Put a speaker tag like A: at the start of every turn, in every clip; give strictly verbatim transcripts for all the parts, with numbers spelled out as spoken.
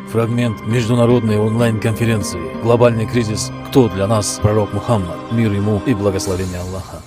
A: Фрагмент международной онлайн-конференции «Глобальный кризис. Кто для нас пророк Мухаммад? Мир ему и благословение Аллаха».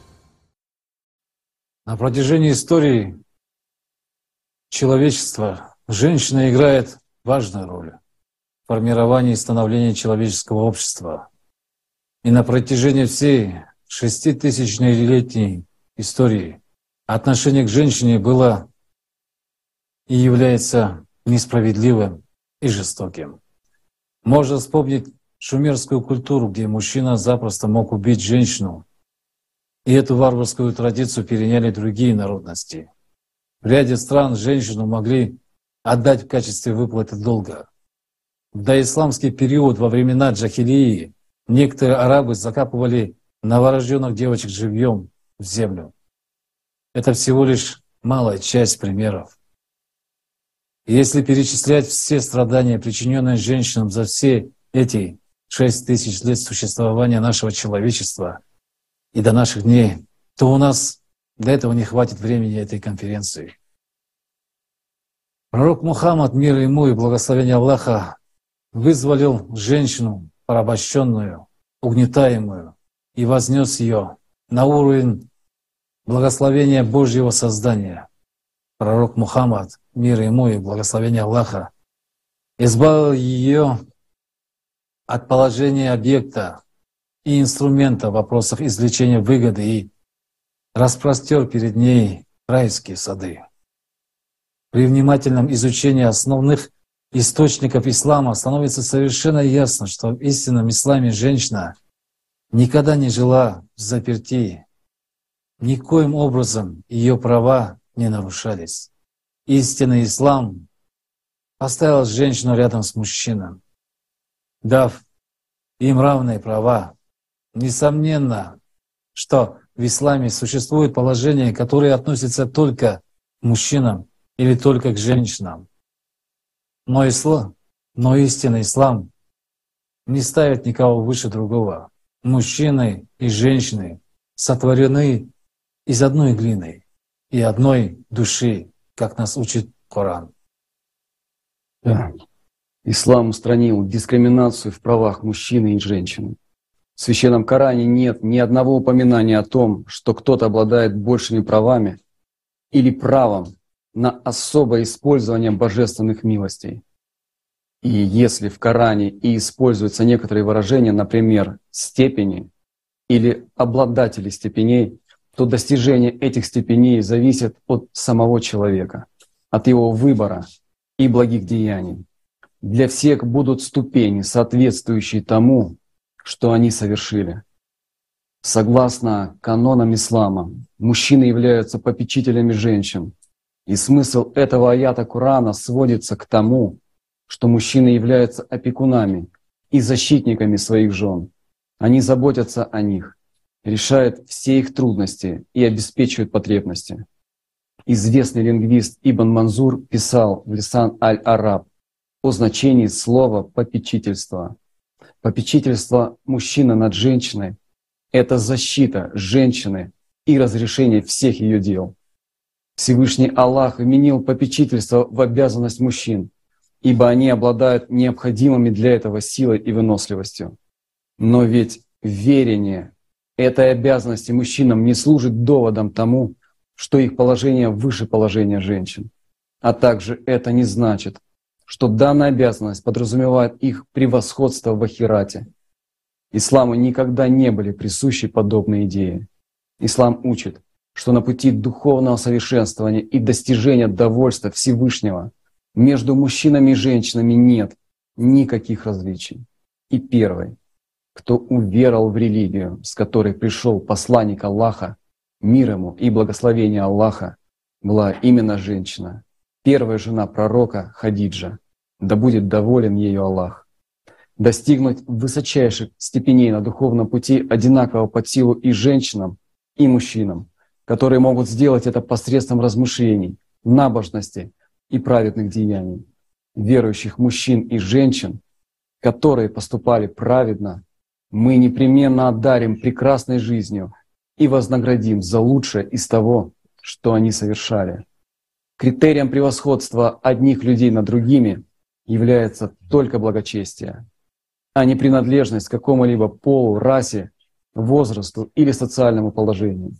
B: На протяжении истории человечества женщина играет важную роль в формировании и становлении человеческого общества. И на протяжении всей шеститысячнолетней истории отношение к женщине было и является несправедливым и жестоким. Можно вспомнить шумерскую культуру, где мужчина запросто мог убить женщину, и эту варварскую традицию переняли другие народности. В ряде стран женщину могли отдать в качестве выплаты долга. В доисламский период, во времена джахилии, некоторые арабы закапывали новорожденных девочек живьем в землю. Это всего лишь малая часть примеров. Если перечислять все страдания, причиненные женщинам за все эти шесть тысяч лет существования нашего человечества и до наших дней, то у нас для этого не хватит времени этой конференции. Пророк Мухаммад, мир ему и благословение Аллаха, вызволил женщину, порабощенную, угнетаемую, и вознес ее на уровень благословения Божьего создания. Пророк Мухаммад, мир ему и благословение Аллаха, избавил ее от положения объекта и инструмента в вопросах извлечения выгоды и распростер перед ней райские сады. При внимательном изучении основных источников ислама становится совершенно ясно, что в истинном исламе женщина никогда не жила в заперти, никоим образом ее права не нарушались. Истинный ислам поставил женщину рядом с мужчиной, дав им равные права. Несомненно, что в исламе существуют положения, которые относятся только к мужчинам или только к женщинам. Но, ислам, но истинный ислам не ставит никого выше другого. Мужчины и женщины сотворены из одной глины и одной души, как нас учит Коран.
C: Да. Ислам устранил дискриминацию в правах мужчины и женщины. В Священном Коране нет ни одного упоминания о том, что кто-то обладает большими правами или правом на особое использование божественных милостей. И если в Коране и используются некоторые выражения, например, степени или обладатели степеней, то достижение этих степеней зависит от самого человека, от его выбора и благих деяний. Для всех будут ступени, соответствующие тому, что они совершили. Согласно канонам ислама, мужчины являются попечителями женщин. И смысл этого аята Корана сводится к тому, что мужчины являются опекунами и защитниками своих жен. Они заботятся о них, решают все их трудности и обеспечивают потребности. Известный лингвист Ибн Манзур писал в Лисан аль-Араб о значении слова «попечительство». Попечительство мужчины над женщиной — это защита женщины и разрешение всех ее дел. Всевышний Аллах вменил попечительство в обязанность мужчин, ибо они обладают необходимыми для этого силой и выносливостью. Но ведь верение этой обязанности мужчинам не служит доводом тому, что их положение выше положения женщин. А также это не значит, что данная обязанность подразумевает их превосходство в ахирате. Исламу никогда не были присущи подобные идеи. Ислам учит, что на пути духовного совершенствования и достижения довольства Всевышнего между мужчинами и женщинами нет никаких различий. И первый, кто уверовал в религию, с которой пришел посланник Аллаха, мир ему и благословение Аллаха, была именно женщина, первая жена пророка Хадиджа, да будет доволен ею Аллах. Достигнуть высочайших степеней на духовном пути одинаково под силу и женщинам, и мужчинам, которые могут сделать это посредством размышлений, набожности и праведных деяний. Верующих мужчин и женщин, которые поступали праведно, мы непременно одарим прекрасной жизнью и вознаградим за лучшее из того, что они совершали. Критерием превосходства одних людей над другими является только благочестие, а не принадлежность к какому-либо полу, расе, возрасту или социальному положению.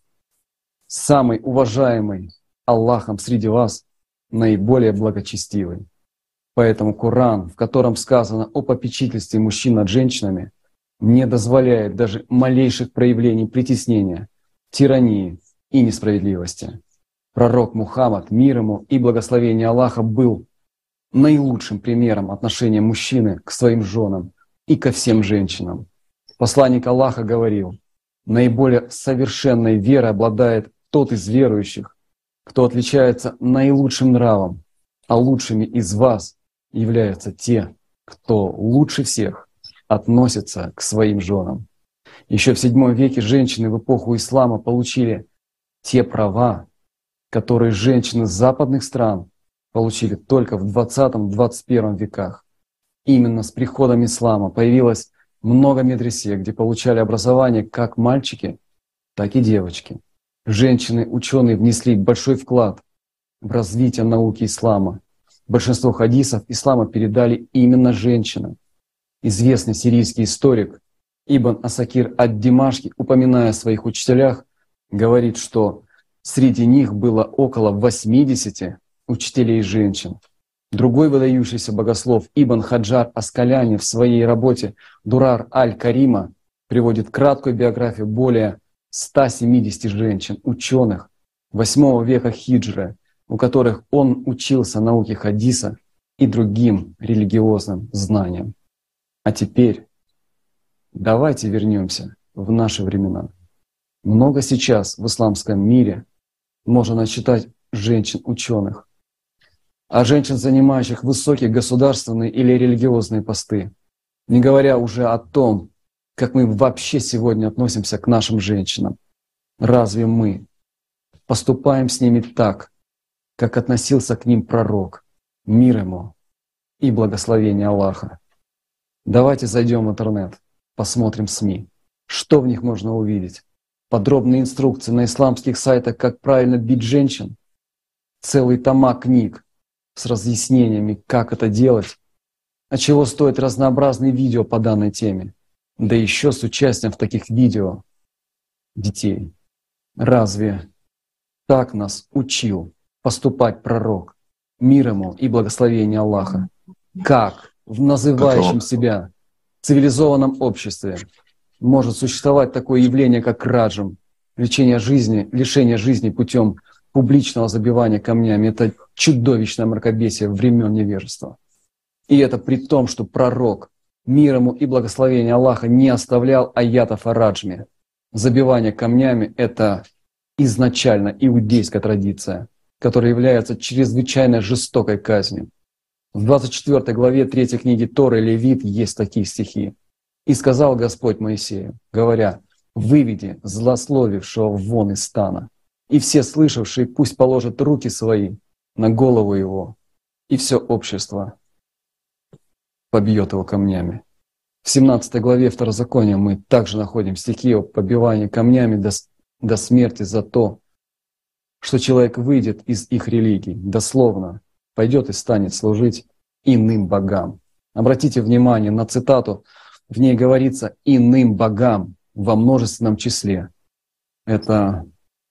C: Самый уважаемый Аллахом среди вас наиболее благочестивый. Поэтому Коран, в котором сказано о попечительстве мужчин над женщинами, не дозволяет даже малейших проявлений притеснения, тирании и несправедливости. Пророк Мухаммад, мир ему и благословение Аллаха, был наилучшим примером отношения мужчины к своим женам и ко всем женщинам. Посланник Аллаха говорил: наиболее совершенной верой обладает тот из верующих, кто отличается наилучшим нравом, а лучшими из вас являются те, кто лучше всех относится к своим женам. Еще в седьмом веке женщины в эпоху ислама получили те права, которые женщины западных стран получили только в двадцатом-двадцать первом веках. Именно с приходом ислама появилось много медресе, где получали образование как мальчики, так и девочки. Женщины-ученые внесли большой вклад в развитие науки ислама. Большинство хадисов ислама передали именно женщинам. Известный сирийский историк Ибн Асакир ад-Димашки, упоминая о своих учителях, говорит, что среди них было около восьмидесяти учителей женщин. Другой выдающийся богослов Ибн Хаджар Аскаляни в своей работе «Дурар аль-Карима» приводит краткую биографию более ста семидесяти женщин, ученых восьмого века хиджры, у которых он учился науке хадиса и другим религиозным знаниям. А теперь давайте вернемся в наши времена. Много сейчас в исламском мире можно насчитать женщин-ученых, а женщин, занимающих высокие государственные или религиозные посты, не говоря уже о том, как мы вообще сегодня относимся к нашим женщинам. Разве мы поступаем с ними так, как относился к ним пророк, мир ему и благословение Аллаха? Давайте зайдем в интернет, посмотрим СМИ, что в них можно увидеть. Подробные инструкции на исламских сайтах, как правильно бить женщин, целые тома книг с разъяснениями, как это делать, а чего стоят разнообразные видео по данной теме, да еще с участием в таких видео детей. Разве так нас учил поступать пророк, мир ему и благословение Аллаха? Как в называющем себя цивилизованном обществе может существовать такое явление, как раджам, лишение жизни, лишение жизни путем публичного забивания камнями? Это чудовищное мракобесие времен невежества. И это при том, что пророк, мир ему и благословение Аллаха, не оставлял аятов о раджме. Забивание камнями — это изначально иудейская традиция, которая является чрезвычайно жестокой казнью. В двадцать четвёртой главе третьей книги Торы Левит есть такие стихи. «И сказал Господь Моисею, говоря: выведи злословившего вон из стана, и все слышавшие пусть положат руки свои на голову его, и все общество побьет его камнями». В семнадцатой главе Второзакония мы также находим стихи о побивании камнями до, до смерти за то, что человек выйдет из их религий, дословно, пойдет и станет служить иным богам. Обратите внимание на цитату, в ней говорится «иным богам» во множественном числе. Это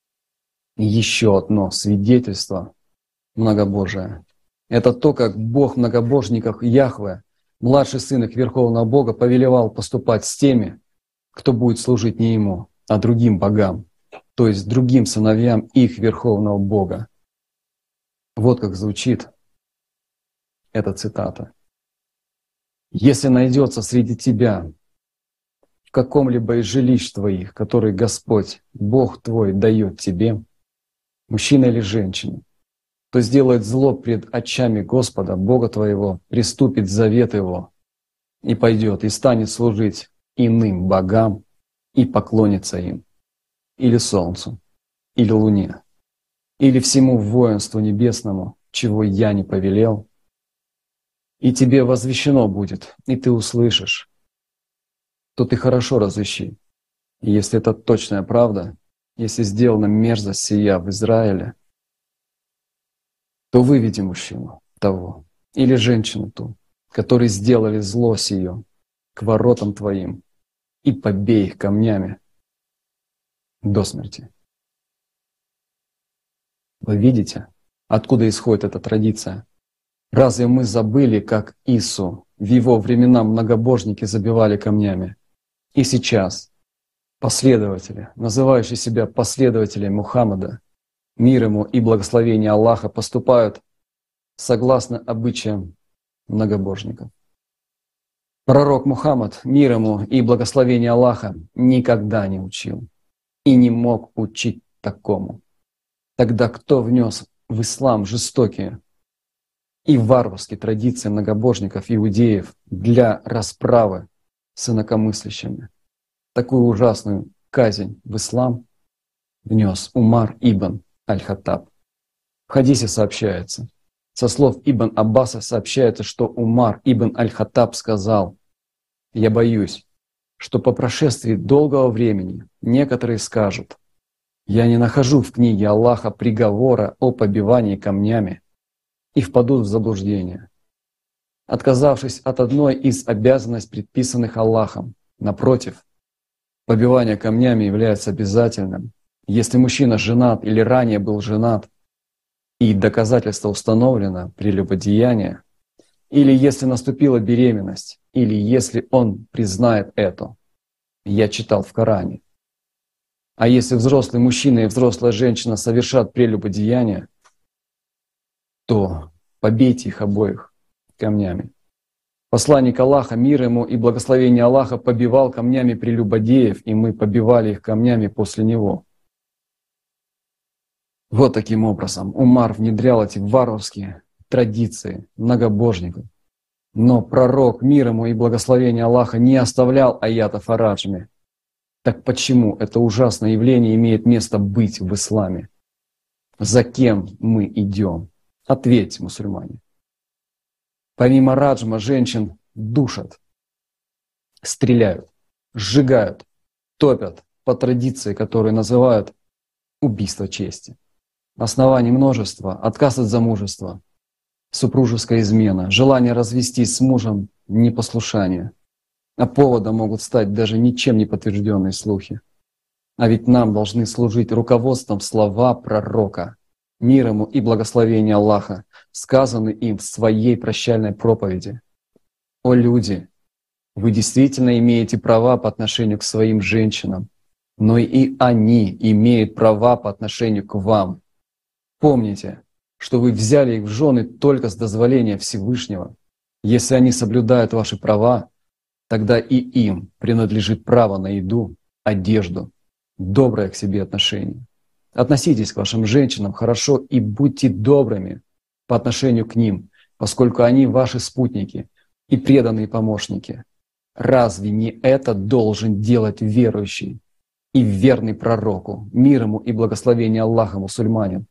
C: еще одно свидетельство многобожия. Это то, как Бог в многобожниках Яхве, младший сын их Верховного Бога, повелевал поступать с теми, кто будет служить не ему, а другим богам, то есть другим сыновьям их Верховного Бога. Вот как звучит эта цитата. «Если найдется среди тебя в каком-либо из жилищ твоих, которые Господь, Бог твой, дает тебе, мужчина или женщина, то сделает зло пред очами Господа, Бога твоего, приступит завет его и пойдет, и станет служить иным богам и поклонится им, или солнцу, или луне, или всему воинству небесному, чего я не повелел, и тебе возвещено будет, и ты услышишь, то ты хорошо разыщи. И если это точная правда, если сделана мерзость сия в Израиле, то выведи мужчину того, или женщину ту, которые сделали зло сие к воротам твоим, и побей их камнями до смерти. Вы видите, откуда исходит эта традиция? Разве мы забыли, как Ису в его времена многобожники забивали камнями? И сейчас последователи, называющие себя последователями Мухаммада, мир ему и благословение Аллаха, поступают согласно обычаям многобожников. Пророк Мухаммад, мир ему и благословение Аллаха, никогда не учил и не мог учить такому. Тогда кто внес в ислам жестокие и варварские традиции многобожников иудеев для расправы с инакомыслящими? Такую ужасную казнь в ислам внес Умар ибн Аль-Хаттаб. В хадисе сообщается, со слов Ибн Аббаса сообщается, что Умар ибн Аль-Хаттаб сказал: «Я боюсь, что по прошествии долгого времени некоторые скажут: я не нахожу в книге Аллаха приговора о побивании камнями, и впадут в заблуждение, отказавшись от одной из обязанностей, предписанных Аллахом. Напротив, побивание камнями является обязательным, если мужчина женат или ранее был женат, и доказательство установлено прелюбодеяние, или если наступила беременность, или если он признает это. Я читал в Коране. А если взрослый мужчина и взрослая женщина совершат прелюбодеяние, то побейте их обоих камнями. Посланник Аллаха, мир ему и благословение Аллаха, побивал камнями прелюбодеев, и мы побивали их камнями после него. Вот таким образом Умар внедрял эти варварские традиции многобожников. Но пророк, мир ему и благословение Аллаха, не оставлял аятов о раджме. Так почему это ужасное явление имеет место быть в исламе? За кем мы идем? Ответьте, мусульмане. Помимо раджма женщин душат, стреляют, сжигают, топят по традиции, которую называют убийство чести. Оснований множество: отказ от замужества, супружеская измена, желание развестись с мужем, непослушание. А поводом могут стать даже ничем не подтвержденные слухи. А ведь нам должны служить руководством слова пророка, мир ему и благословение Аллаха, сказанные им в своей прощальной проповеди. О люди, вы действительно имеете права по отношению к своим женщинам, но и они имеют права по отношению к вам. Помните, что вы взяли их в жены только с дозволения Всевышнего. Если они соблюдают ваши права, тогда и им принадлежит право на еду, одежду, доброе к себе отношение. Относитесь к вашим женщинам хорошо и будьте добрыми по отношению к ним, поскольку они ваши спутники и преданные помощники. Разве не это должен делать верующий и верный пророку, мир ему и благословение Аллаха, мусульманин?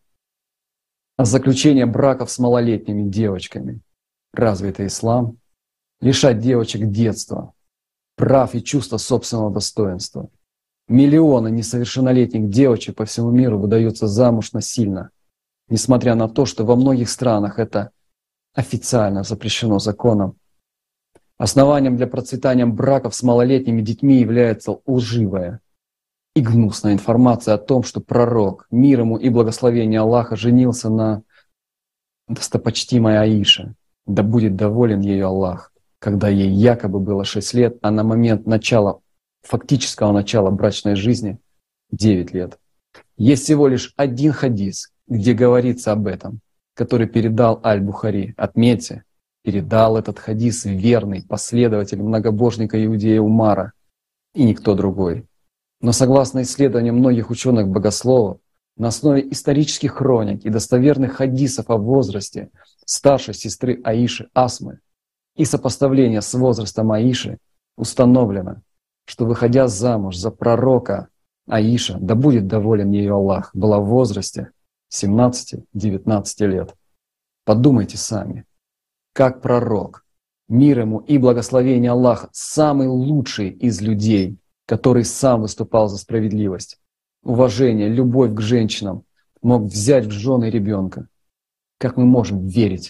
C: А заключение браков с малолетними девочками. Разве это ислам? Лишать девочек детства, прав и чувства собственного достоинства. Миллионы несовершеннолетних девочек по всему миру выдаются замуж насильно, несмотря на то, что во многих странах это официально запрещено законом. Основанием для процветания браков с малолетними детьми является лживая и гнусная информация о том, что пророк, мир ему и благословение Аллаха, женился на достопочтимой Аише. Да будет доволен ею Аллах, когда ей якобы было шесть лет, а на момент начала, фактического начала брачной жизни девять лет. Есть всего лишь один хадис, где говорится об этом, который передал Аль-Бухари. Отметьте, передал этот хадис верный последователь многобожника иудея Умара и никто другой. Но согласно исследованиям многих ученых-богословов, на основе исторических хроник и достоверных хадисов о возрасте старшей сестры Аиши Асмы и сопоставления с возрастом Аиши установлено, что, выходя замуж за пророка, Аиша, да будет доволен ею Аллах, была в возрасте семнадцати-девятнадцати лет. Подумайте сами, как пророк, мир ему и благословение Аллаха, самый лучший из людей, который сам выступал за справедливость, уважение, любовь к женщинам, мог взять в жены ребенка. Как мы можем верить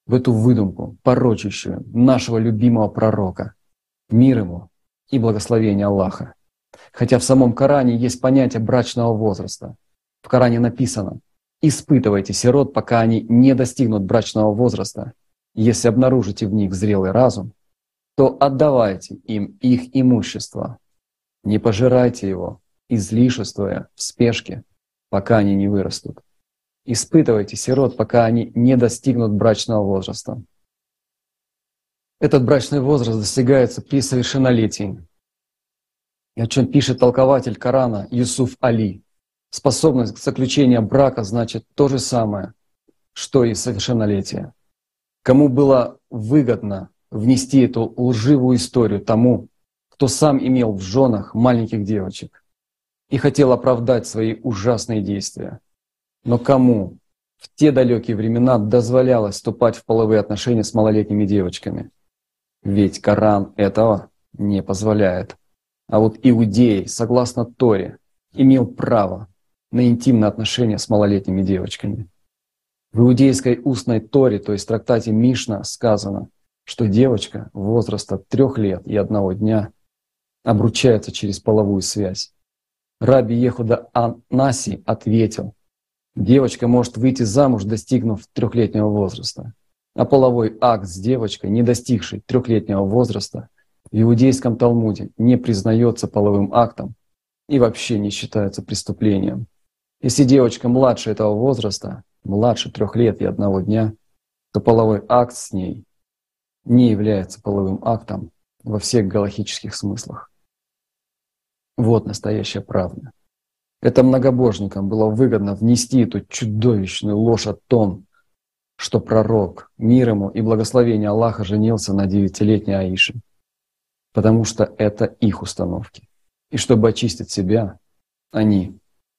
C: в эту выдумку, порочащую нашего любимого пророка, мир ему и благословение Аллаха. Хотя в самом Коране есть понятие брачного возраста. В Коране написано: «Испытывайте сирот, пока они не достигнут брачного возраста. Если обнаружите в них зрелый разум, то отдавайте им их имущество. Не пожирайте его, излишествуя в спешке, пока они не вырастут. Испытывайте сирот, пока они не достигнут брачного возраста». Этот брачный возраст достигается при совершеннолетии, о чем пишет толкователь Корана Юсуф Али. Способность к заключению брака значит то же самое, что и совершеннолетие. Кому было выгодно внести эту лживую историю тому, кто сам имел в женах маленьких девочек и хотел оправдать свои ужасные действия? Но кому в те далекие времена дозволялось вступать в половые отношения с малолетними девочками? Ведь Коран этого не позволяет. А вот иудей, согласно Торе, имел право на интимные отношения с малолетними девочками. В иудейской устной Торе, то есть в трактате Мишна, сказано, что девочка возраста трех лет и одного дня обручается через половую связь. Раби Ехуда ан-Наси ответил: девочка может выйти замуж, достигнув трехлетнего возраста, а половой акт с девочкой, не достигшей трехлетнего возраста, в иудейском Талмуде не признается половым актом и вообще не считается преступлением. Если девочка младше этого возраста, младше трех лет и одного дня, то половой акт с ней не является половым актом во всех галахических смыслах. Вот настоящая правда. Это многобожникам было выгодно внести эту чудовищную ложь о том, что пророк, мир ему и благословение Аллаха, женился на девятилетней Аише, потому что это их установки. И чтобы очистить себя, они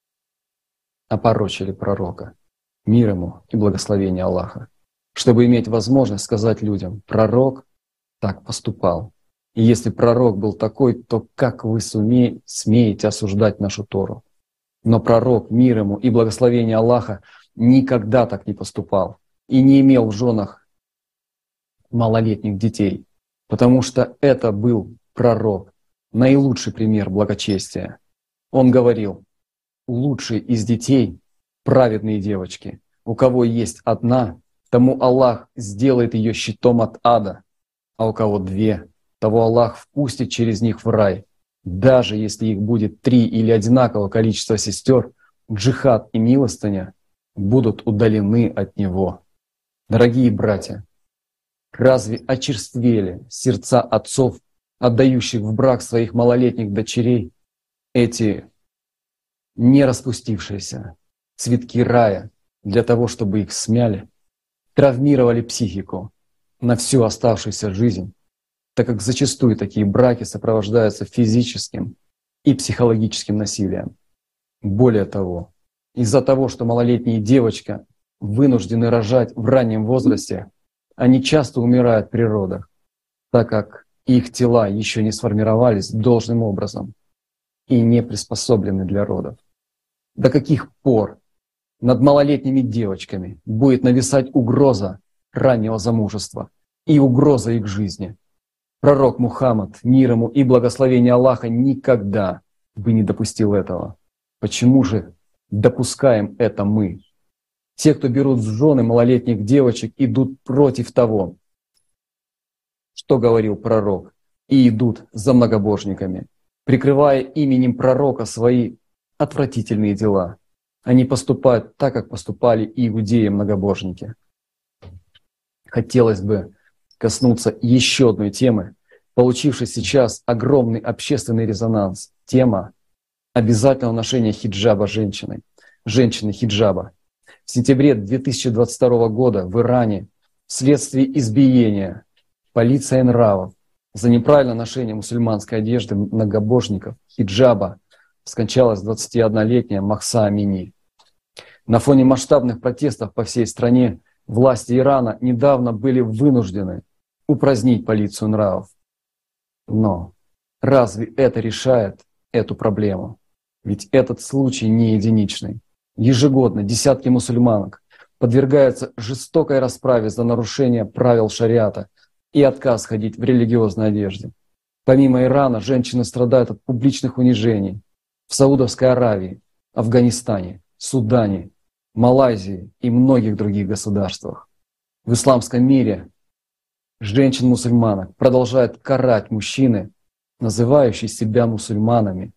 C: опорочили пророка, мир ему и благословение Аллаха, чтобы иметь возможность сказать людям: пророк так поступал. И если пророк был такой, то как вы суме... смеете осуждать нашу Тору? Но пророк, мир ему и благословение Аллаха, никогда так не поступал и не имел в женах малолетних детей, потому что это был пророк, наилучший пример благочестия. Он говорил: лучшие из детей — праведные девочки. У кого есть одна, тому Аллах сделает ее щитом от ада, а у кого две, того Аллах впустит через них в рай. Даже если их будет три или одинакового количества сестер, джихад и милостыня будут удалены от него. Дорогие братья, разве очерствели сердца отцов, отдающих в брак своих малолетних дочерей, эти не распустившиеся цветки рая для того, чтобы их смяли, травмировали психику на всю оставшуюся жизнь, так как зачастую такие браки сопровождаются физическим и психологическим насилием. Более того, из-за того, что малолетние девочки вынуждены рожать в раннем возрасте, они часто умирают при родах, так как их тела еще не сформировались должным образом и не приспособлены для родов. До каких пор над малолетними девочками будет нависать угроза раннего замужества и угроза их жизни? Пророк Мухаммад, мир ему и благословение Аллаха, никогда бы не допустил этого. Почему же допускаем это мы? Те, кто берут в жены малолетних девочек, идут против того, что говорил пророк, и идут за многобожниками, прикрывая именем пророка свои отвратительные дела. Они поступают так, как поступали иудеи-многобожники. Хотелось бы коснуться еще одной темы, получившей сейчас огромный общественный резонанс. Тема обязательного ношения хиджаба женщиной, женщины хиджаба. В сентябре две тысячи двадцать второго года в Иране вследствие избиения полиция нравов за неправильное ношение мусульманской одежды многобожников хиджаба скончалась двадцатиоднолетняя Махса Амини. На фоне масштабных протестов по всей стране власти Ирана недавно были вынуждены упразднить полицию нравов. Но разве это решает эту проблему? Ведь этот случай не единичный. Ежегодно десятки мусульманок подвергаются жестокой расправе за нарушение правил шариата и отказ ходить в религиозной одежде. Помимо Ирана, женщины страдают от публичных унижений в Саудовской Аравии, Афганистане, Судане, Малайзии и многих других государствах. В исламском мире женщин-мусульманок продолжают карать мужчины, называющие себя мусульманами,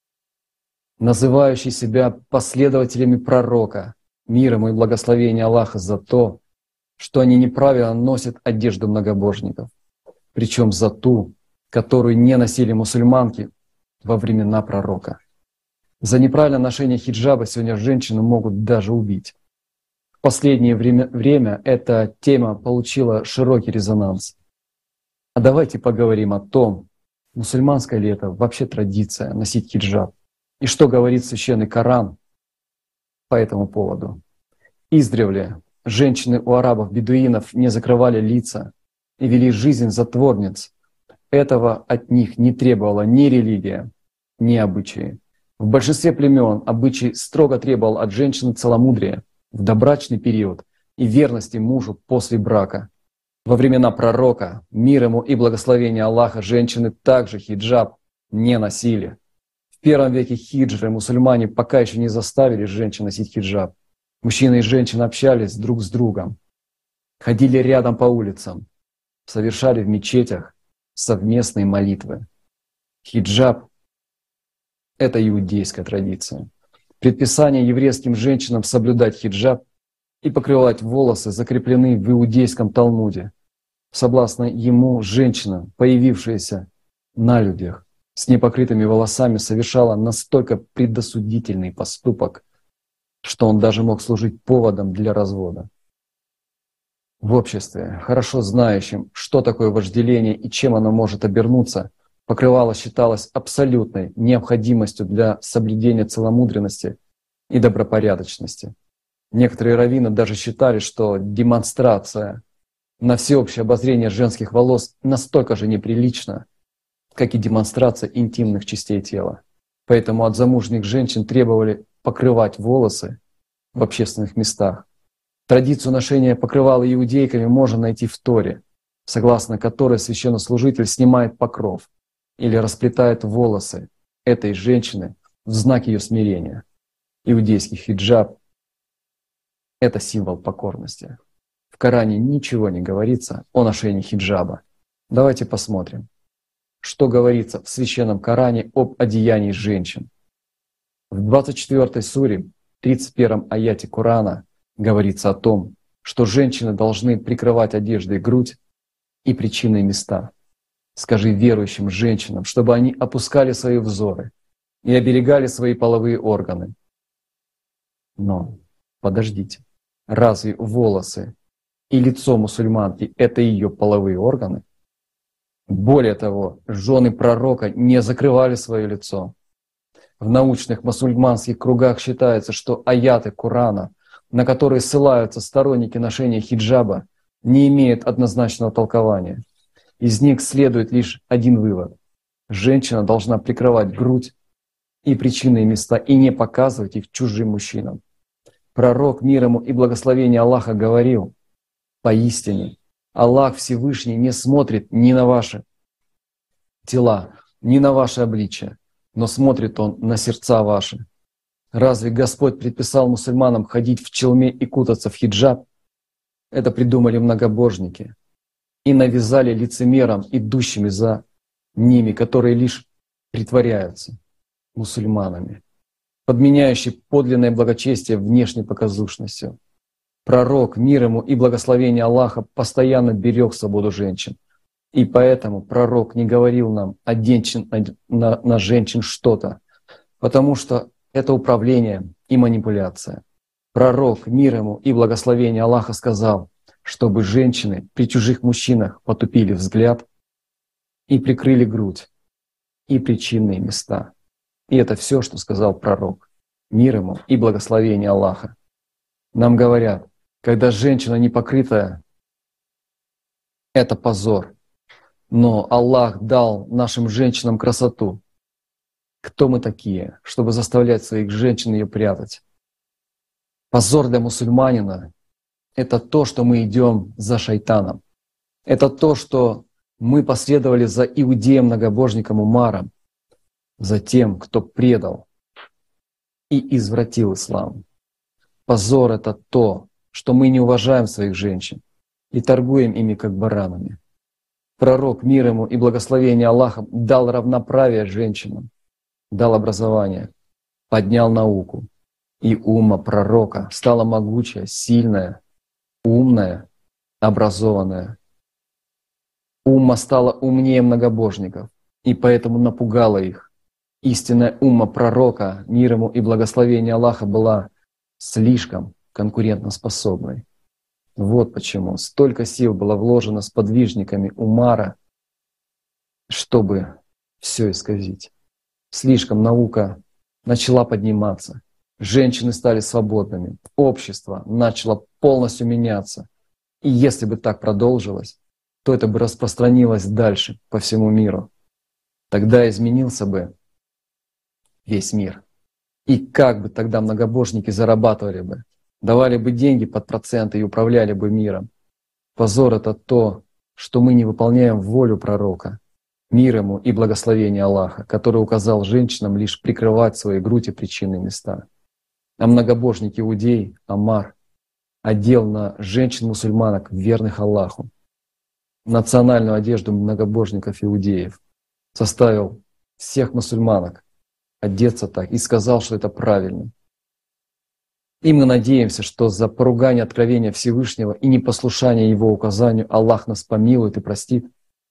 C: называющие себя последователями пророка, мир ему и благословение Аллаха, за то, что они неправильно носят одежду многобожников, причем за ту, которую не носили мусульманки во времена пророка. За неправильное ношение хиджаба сегодня женщины могут даже убить. В последнее время, время эта тема получила широкий резонанс. А давайте поговорим о том, мусульманская ли это вообще традиция носить хиджаб, и что говорит Священный Коран по этому поводу. Издревле женщины у арабов-бедуинов не закрывали лица и вели жизнь затворниц. Этого от них не требовала ни религия, ни обычаи. В большинстве племен обычай строго требовал от женщины целомудрия в добрачный период и верности мужу после брака. Во времена пророка, мир ему и благословение Аллаха, женщины также хиджаб не носили. В первом веке хиджры мусульмане пока еще не заставили женщин носить хиджаб. Мужчины и женщины общались друг с другом, ходили рядом по улицам, совершали в мечетях совместные молитвы. Хиджаб — это иудейская традиция. Предписание еврейским женщинам соблюдать хиджаб и покрывать волосы закреплены в иудейском Талмуде. Согласно ему, женщина, появившаяся на людях с непокрытыми волосами, совершала настолько предосудительный поступок, что он даже мог служить поводом для развода. В обществе, хорошо знающем, что такое вожделение и чем оно может обернуться, покрывало считалось абсолютной необходимостью для соблюдения целомудренности и добропорядочности. Некоторые раввины даже считали, что демонстрация на всеобщее обозрение женских волос настолько же неприлична, как и демонстрация интимных частей тела. Поэтому от замужних женщин требовали покрывать волосы в общественных местах. Традицию ношения покрывала иудейками можно найти в Торе, согласно которой священнослужитель снимает покров или расплетает волосы этой женщины в знак ее смирения. Иудейский хиджаб — это символ покорности. В Коране ничего не говорится о ношении хиджаба. Давайте посмотрим, что говорится в Священном Коране об одеянии женщин. В двадцать четвёртой суре, тридцать первом аяте Корана говорится о том, что женщины должны прикрывать одеждой грудь и причинные места. Скажи верующим женщинам, чтобы они опускали свои взоры и оберегали свои половые органы. Но подождите, разве волосы и лицо мусульманки — это ее половые органы? Более того, жены пророка не закрывали свое лицо. В научных мусульманских кругах считается, что аяты Корана, на которые ссылаются сторонники ношения хиджаба, не имеют однозначного толкования. Из них следует лишь один вывод. Женщина должна прикрывать грудь и причинные места и не показывать их чужим мужчинам. Пророк, мир ему и благословение Аллаха, говорил: «Поистине, Аллах Всевышний не смотрит ни на ваши тела, ни на ваше обличие, но смотрит Он на сердца ваши». Разве Господь предписал мусульманам ходить в челме и кутаться в хиджаб? Это придумали многобожники и навязали лицемерам, идущими за ними, которые лишь притворяются мусульманами, подменяющие подлинное благочестие внешней показушностью. Пророк, мир ему и благословение Аллаха, постоянно берег свободу женщин. И поэтому пророк не говорил нам одеть на, на, на женщин что-то, потому что это управление и манипуляция. Пророк, мир ему и благословение Аллаха, сказал, чтобы женщины при чужих мужчинах потупили взгляд и прикрыли грудь и причинные места. И это все, что сказал пророк, мир ему и благословение Аллаха. Нам говорят, когда женщина непокрытая, это позор. Но Аллах дал нашим женщинам красоту. Кто мы такие, чтобы заставлять своих женщин ее прятать? Позор для мусульманина это то, что мы идем за шайтаном. Это то, что мы последовали за иудеем-многобожником Умаром, за тем, кто предал и извратил ислам. Позор — это то, что мы не уважаем своих женщин и торгуем ими как баранами. Пророк, мир ему и благословение Аллаха, дал равноправие женщинам, дал образование, поднял науку. И умма пророка стала могучая, сильная, умная, образованная. Умма стала умнее многобожников, и поэтому напугала их. Истинная умма пророка, мир ему и благословение Аллаха, была слишком конкурентоспособной. Вот почему столько сил было вложено сподвижниками Умара, чтобы все исказить. Слишком наука начала подниматься, женщины стали свободными, общество начало полностью меняться. И если бы так продолжилось, то это бы распространилось дальше по всему миру. Тогда изменился бы весь мир. И как бы тогда многобожники зарабатывали бы, давали бы деньги под проценты и управляли бы миром. Позор — это то, что мы не выполняем волю пророка, мир ему и благословение Аллаха, который указал женщинам лишь прикрывать свои грудь и причинные места. А многобожник иудей Амар одел на женщин-мусульманок, верных Аллаху, национальную одежду многобожников иудеев, заставил всех мусульманок одеться так и сказал, что это правильно. И мы надеемся, что за поругание откровения Всевышнего и непослушание Его указанию Аллах нас помилует и простит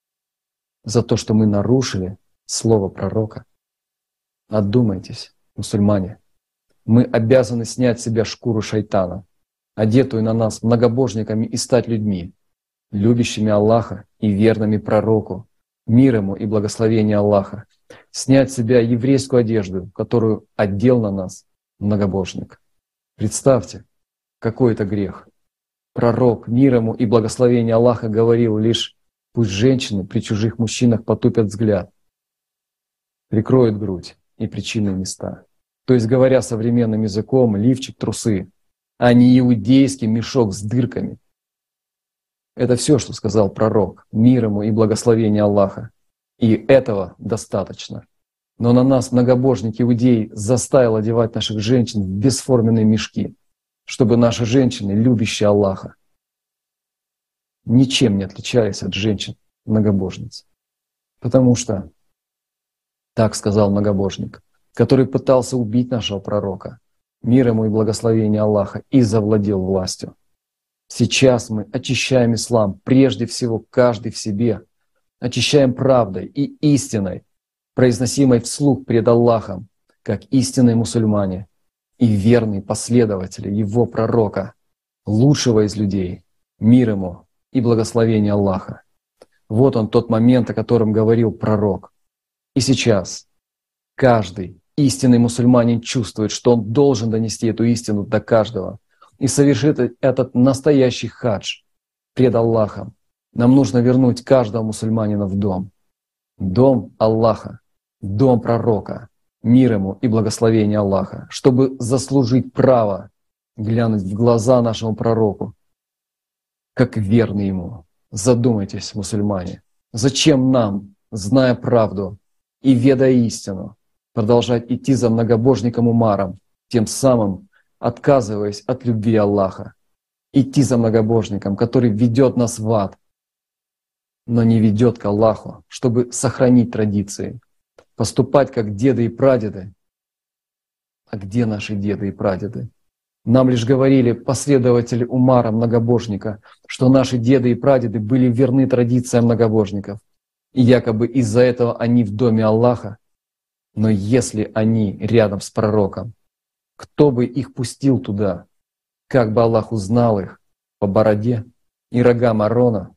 C: за то, что мы нарушили слово пророка. Отдумайтесь, мусульмане. Мы обязаны снять с себя шкуру шайтана, одетую на нас многобожниками, и стать людьми, любящими Аллаха и верными пророку, мир ему и благословение Аллаха. Снять с себя еврейскую одежду, которую одел на нас многобожник. Представьте, какой это грех. Пророк, мир ему и благословение Аллаха, говорил лишь: пусть женщины при чужих мужчинах потупят взгляд, прикроют грудь и причинные места. То есть, говоря современным языком, лифчик, трусы, а не иудейский мешок с дырками. Это все, что сказал пророк, мир ему и благословение Аллаха. И этого достаточно. Но на нас многобожник иудей заставил одевать наших женщин в бесформенные мешки, чтобы наши женщины, любящие Аллаха, ничем не отличались от женщин-многобожниц. Потому что, так сказал многобожник, который пытался убить нашего пророка, мир ему и благословение Аллаха, и завладел властью. Сейчас мы очищаем ислам, прежде всего каждый в себе, очищаем правдой и истиной, произносимой вслух пред Аллахом, как истинные мусульмане и верные последователи Его пророка, лучшего из людей, мир ему и благословение Аллаха. Вот он тот момент, о котором говорил пророк. И сейчас каждый истинный мусульманин чувствует, что он должен донести эту истину до каждого и совершит этот настоящий хадж пред Аллахом. Нам нужно вернуть каждого мусульманина в дом. Дом Аллаха, дом пророка, мир ему и благословение Аллаха, чтобы заслужить право глянуть в глаза нашему пророку, как верный ему. Задумайтесь, мусульмане, зачем нам, зная правду и ведая истину, продолжать идти за многобожником Умаром, тем самым отказываясь от любви Аллаха, идти за многобожником, который ведет нас в ад, но не ведет к Аллаху, чтобы сохранить традиции, поступать как деды и прадеды. А где наши деды и прадеды? Нам лишь говорили последователи Умара, многобожника, что наши деды и прадеды были верны традициям многобожников, и якобы из-за этого они в доме Аллаха. Но если они рядом с пророком, кто бы их пустил туда? Как бы Аллах узнал их по бороде и рогам Аарона?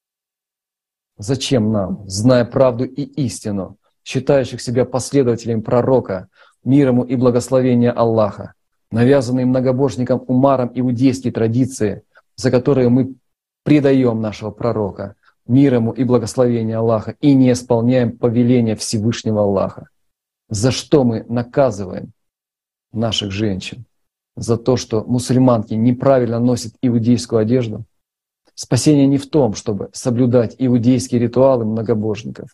C: Зачем нам, зная правду и истину, считающих себя последователями пророка, мир ему и благословение Аллаха, навязанные многобожникам Умаром иудейские традиции, за которые мы предаем нашего пророка, мир ему и благословение Аллаха, и не исполняем повеления Всевышнего Аллаха? За что мы наказываем наших женщин? за то, что мусульманки неправильно носят иудейскую одежду. Спасение не в том, чтобы соблюдать иудейские ритуалы многобожников,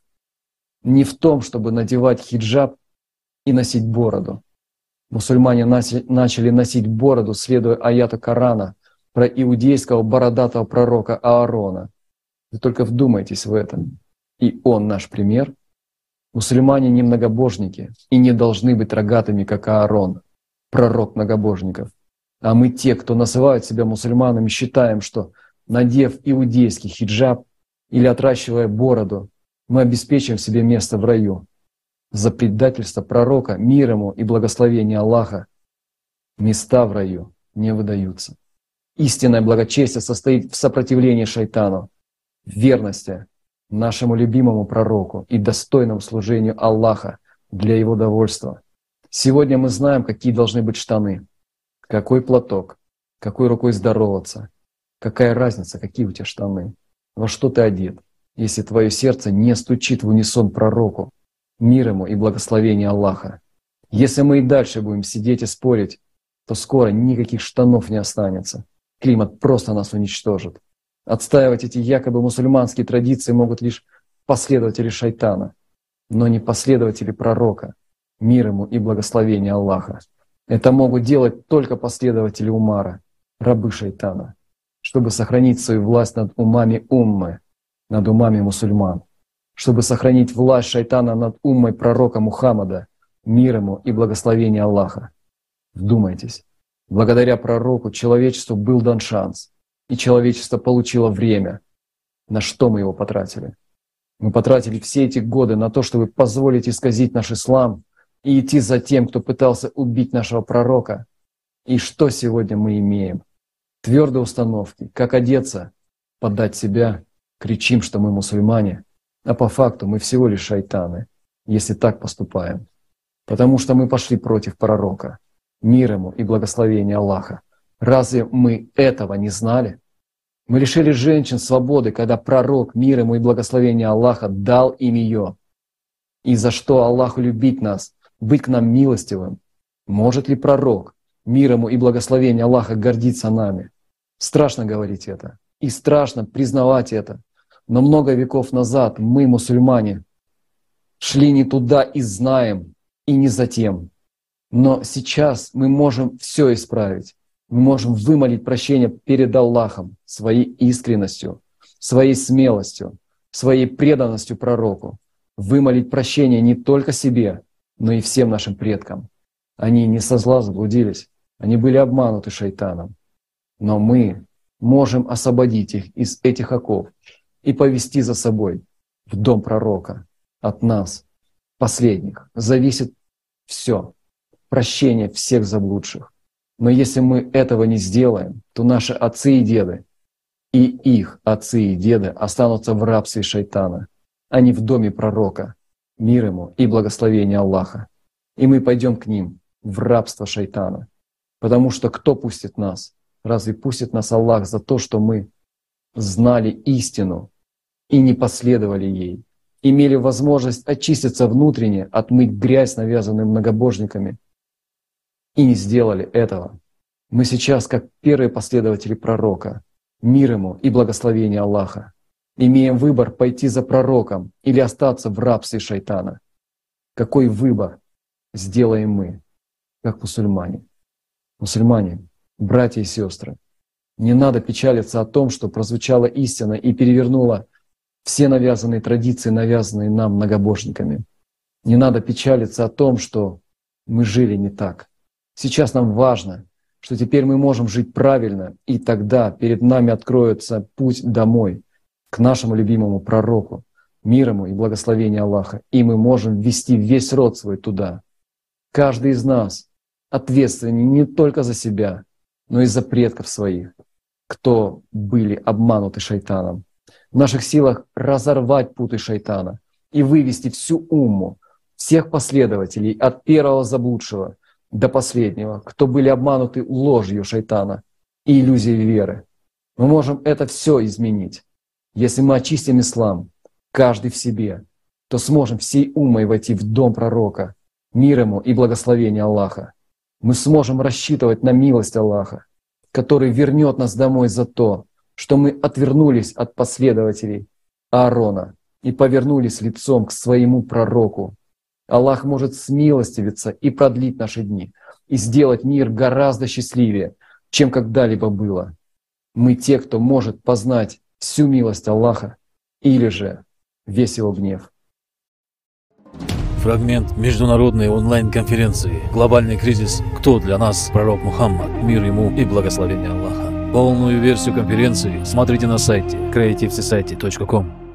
C: не в том, чтобы надевать хиджаб и носить бороду. Мусульмане начали носить бороду, следуя аяту Корана про иудейского бородатого пророка Аарона. Вы только вдумайтесь в это. И он наш пример. Мусульмане не многобожники и не должны быть рогатыми, как Аарон, пророк многобожников. А мы те, кто называют себя мусульманами, считаем, что, надев иудейский хиджаб или отращивая бороду, мы обеспечим себе место в раю. За предательство пророка, мир ему и благословение Аллаха, места в раю не выдаются. Истинное благочестие состоит в сопротивлении шайтану, в верности нашему любимому пророку и достойному служению Аллаха для его довольства. Сегодня мы знаем, какие должны быть штаны, какой платок, какой рукой здороваться, какая разница, какие у тебя штаны, во что ты одет, если твое сердце не стучит в унисон пророку, мир ему и благословение Аллаха. Если мы и дальше будем сидеть и спорить, то скоро никаких штанов не останется. Климат просто нас уничтожит. Отстаивать эти якобы мусульманские традиции могут лишь последователи шайтана, но не последователи пророка, мир ему и благословение Аллаха. Это могут делать только последователи Умара, рабы шайтана, чтобы сохранить свою власть над умами уммы, над умами мусульман, чтобы сохранить власть шайтана над уммой пророка Мухаммада, мир ему и благословение Аллаха. Вдумайтесь, благодаря пророку человечеству был дан шанс, и человечество получило время. На что мы его потратили? Мы потратили все эти годы на то, чтобы позволить исказить наш ислам и идти за тем, кто пытался убить нашего пророка. И что сегодня мы имеем? Твердые установки, как одеться, подать себя, кричим, что мы мусульмане, а по факту мы всего лишь шайтаны, если так поступаем. Потому что мы пошли против пророка, мир ему и благословение Аллаха. Разве мы этого не знали? Мы лишили женщин свободы, когда пророк, мир ему и благословение Аллаха, дал им ее. И за что Аллаху любить нас, быть к нам милостивым? Может ли пророк, мир ему и благословение Аллаха, гордиться нами? Страшно говорить это, и страшно признавать это. Но много веков назад мы, мусульмане, шли не туда и знаем, и не за тем. Но сейчас мы можем все исправить. Мы можем вымолить прощение перед Аллахом своей искренностью, своей смелостью, своей преданностью пророку. Вымолить прощение не только себе, но и всем нашим предкам. Они не со зла заблудились, они были обмануты шайтаном. Но мы можем освободить их из этих оков и повести за собой в дом пророка. От нас, последних, зависит все. Прощение всех заблудших. Но если мы этого не сделаем, то наши отцы и деды и их отцы и деды останутся в рабстве шайтана, а не в доме пророка, мир ему и благословение Аллаха. И мы пойдем к ним в рабство шайтана. Потому что кто пустит нас? Разве пустит нас Аллах за то, что мы знали истину и не последовали ей, имели возможность очиститься внутренне, отмыть грязь, навязанную многобожниками, и не сделали этого? Мы сейчас, как первые последователи пророка, мир ему и благословение Аллаха, имеем выбор пойти за пророком или остаться в рабстве шайтана. Какой выбор сделаем мы, как мусульмане? Мусульмане, братья и сестры, не надо печалиться о том, что прозвучала истина и перевернула все навязанные традиции, навязанные нам многобожниками. Не надо печалиться о том, что мы жили не так. Сейчас нам важно, что теперь мы можем жить правильно, и тогда перед нами откроется путь домой, к нашему любимому пророку, мир ему и благословение Аллаха, и мы можем ввести весь род свой туда. Каждый из нас ответственен не только за себя, но и за предков своих, кто были обмануты шайтаном. В наших силах разорвать путы шайтана и вывести всю умму, всех последователей от первого заблудшего до последнего, кто были обмануты ложью шайтана и иллюзией веры. Мы можем это все изменить. Если мы очистим ислам, каждый в себе, то сможем всей уммой войти в дом пророка, мир ему и благословение Аллаха. мы сможем рассчитывать на милость Аллаха, который вернет нас домой за то, что мы отвернулись от последователей Аарона и повернулись лицом к своему пророку. Аллах может смилостивиться и продлить наши дни, и сделать мир гораздо счастливее, чем когда-либо было. Мы те, кто может познать всю милость Аллаха или же весь его гнев.
A: Фрагмент международной онлайн-конференции «Глобальный кризис. Кто для нас пророк Мухаммад? Мир ему и благословение Аллаха». Полную версию конференции смотрите на сайте креатив сосайти точка ком.